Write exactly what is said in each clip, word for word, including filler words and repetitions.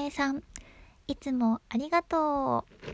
営さん、いつもありがとう。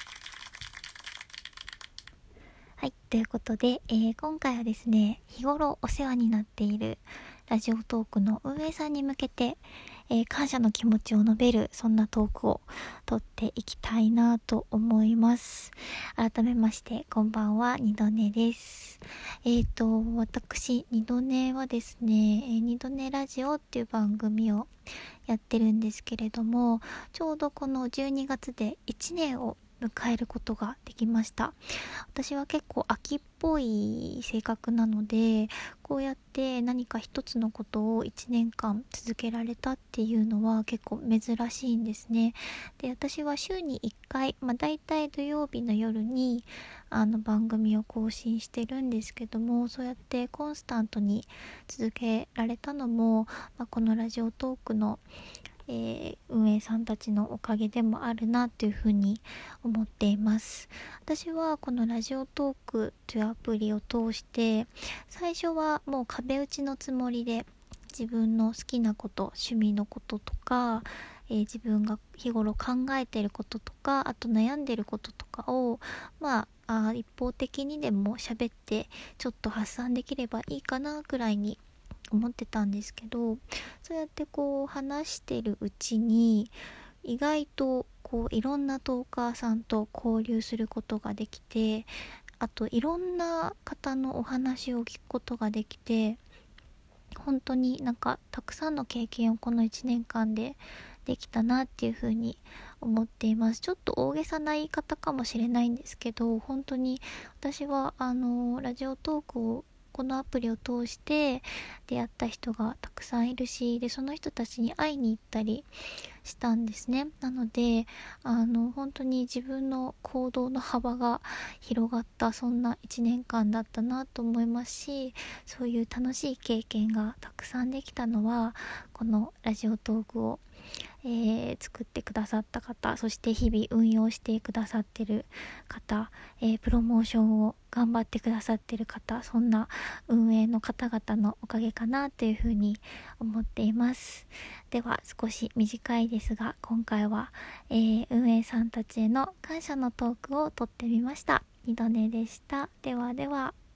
はい、ということで、えー今回はですね、日頃お世話になっているラジオトークの運営さんに向けて、えー感謝の気持ちを述べる、そんなトークをとっていきたいなと思います。改めまして、こんばんは、二度寝です。えっ、と、私、二度寝はですね、えー二度寝ラジオっていう番組をやってるんですけれども、ちょうどこのじゅうにがつでいちねんを迎えることができました。私は結構秋っぽい性格なので、こうやって何か一つのことをいちねんかん続けられたっていうのは結構珍しいんですね。で、私は週にいっかい、まあ、だいたい土曜日の夜にあの番組を更新してるんですけども、そうやってコンスタントに続けられたのも、まあ、このラジオトークのえー運営さんたちのおかげでもあるなというふうに思っています。私はこのラジオトークというアプリを通して、最初はもう壁打ちのつもりで自分の好きなこと、趣味のこととか、えー自分が日頃考えていることとか、あと悩んでいることとかをまああー一方的にでも喋ってちょっと発散できればいいかなくらいに思ってたんですけど、そうやってこう話してるうちに意外とこういろんなトーカーさんと交流することができて、あといろんな方のお話を聞くことができて、本当になんかたくさんの経験をこのいちねんかんでできたなっていうふうに思っています。ちょっと大げさな言い方かもしれないんですけど、本当に私はあのラジオトークをこのアプリを通して出会った人がたくさんいるし、でその人たちに会いに行ったりしたんですね。なのであの本当に自分の行動の幅が広がった、そんないちねんかんだったなと思いますし、そういう楽しい経験がたくさんできたのはこのラジオトークをえー作ってくださった方、そして日々運用してくださってる方、えープロモーションを頑張ってくださってる方、そんな運営の方々のおかげかなというふうに思っています。では少し短いですが、今回は、えー運営さんたちへの感謝のトークをとってみました。二度寝でした。ではでは。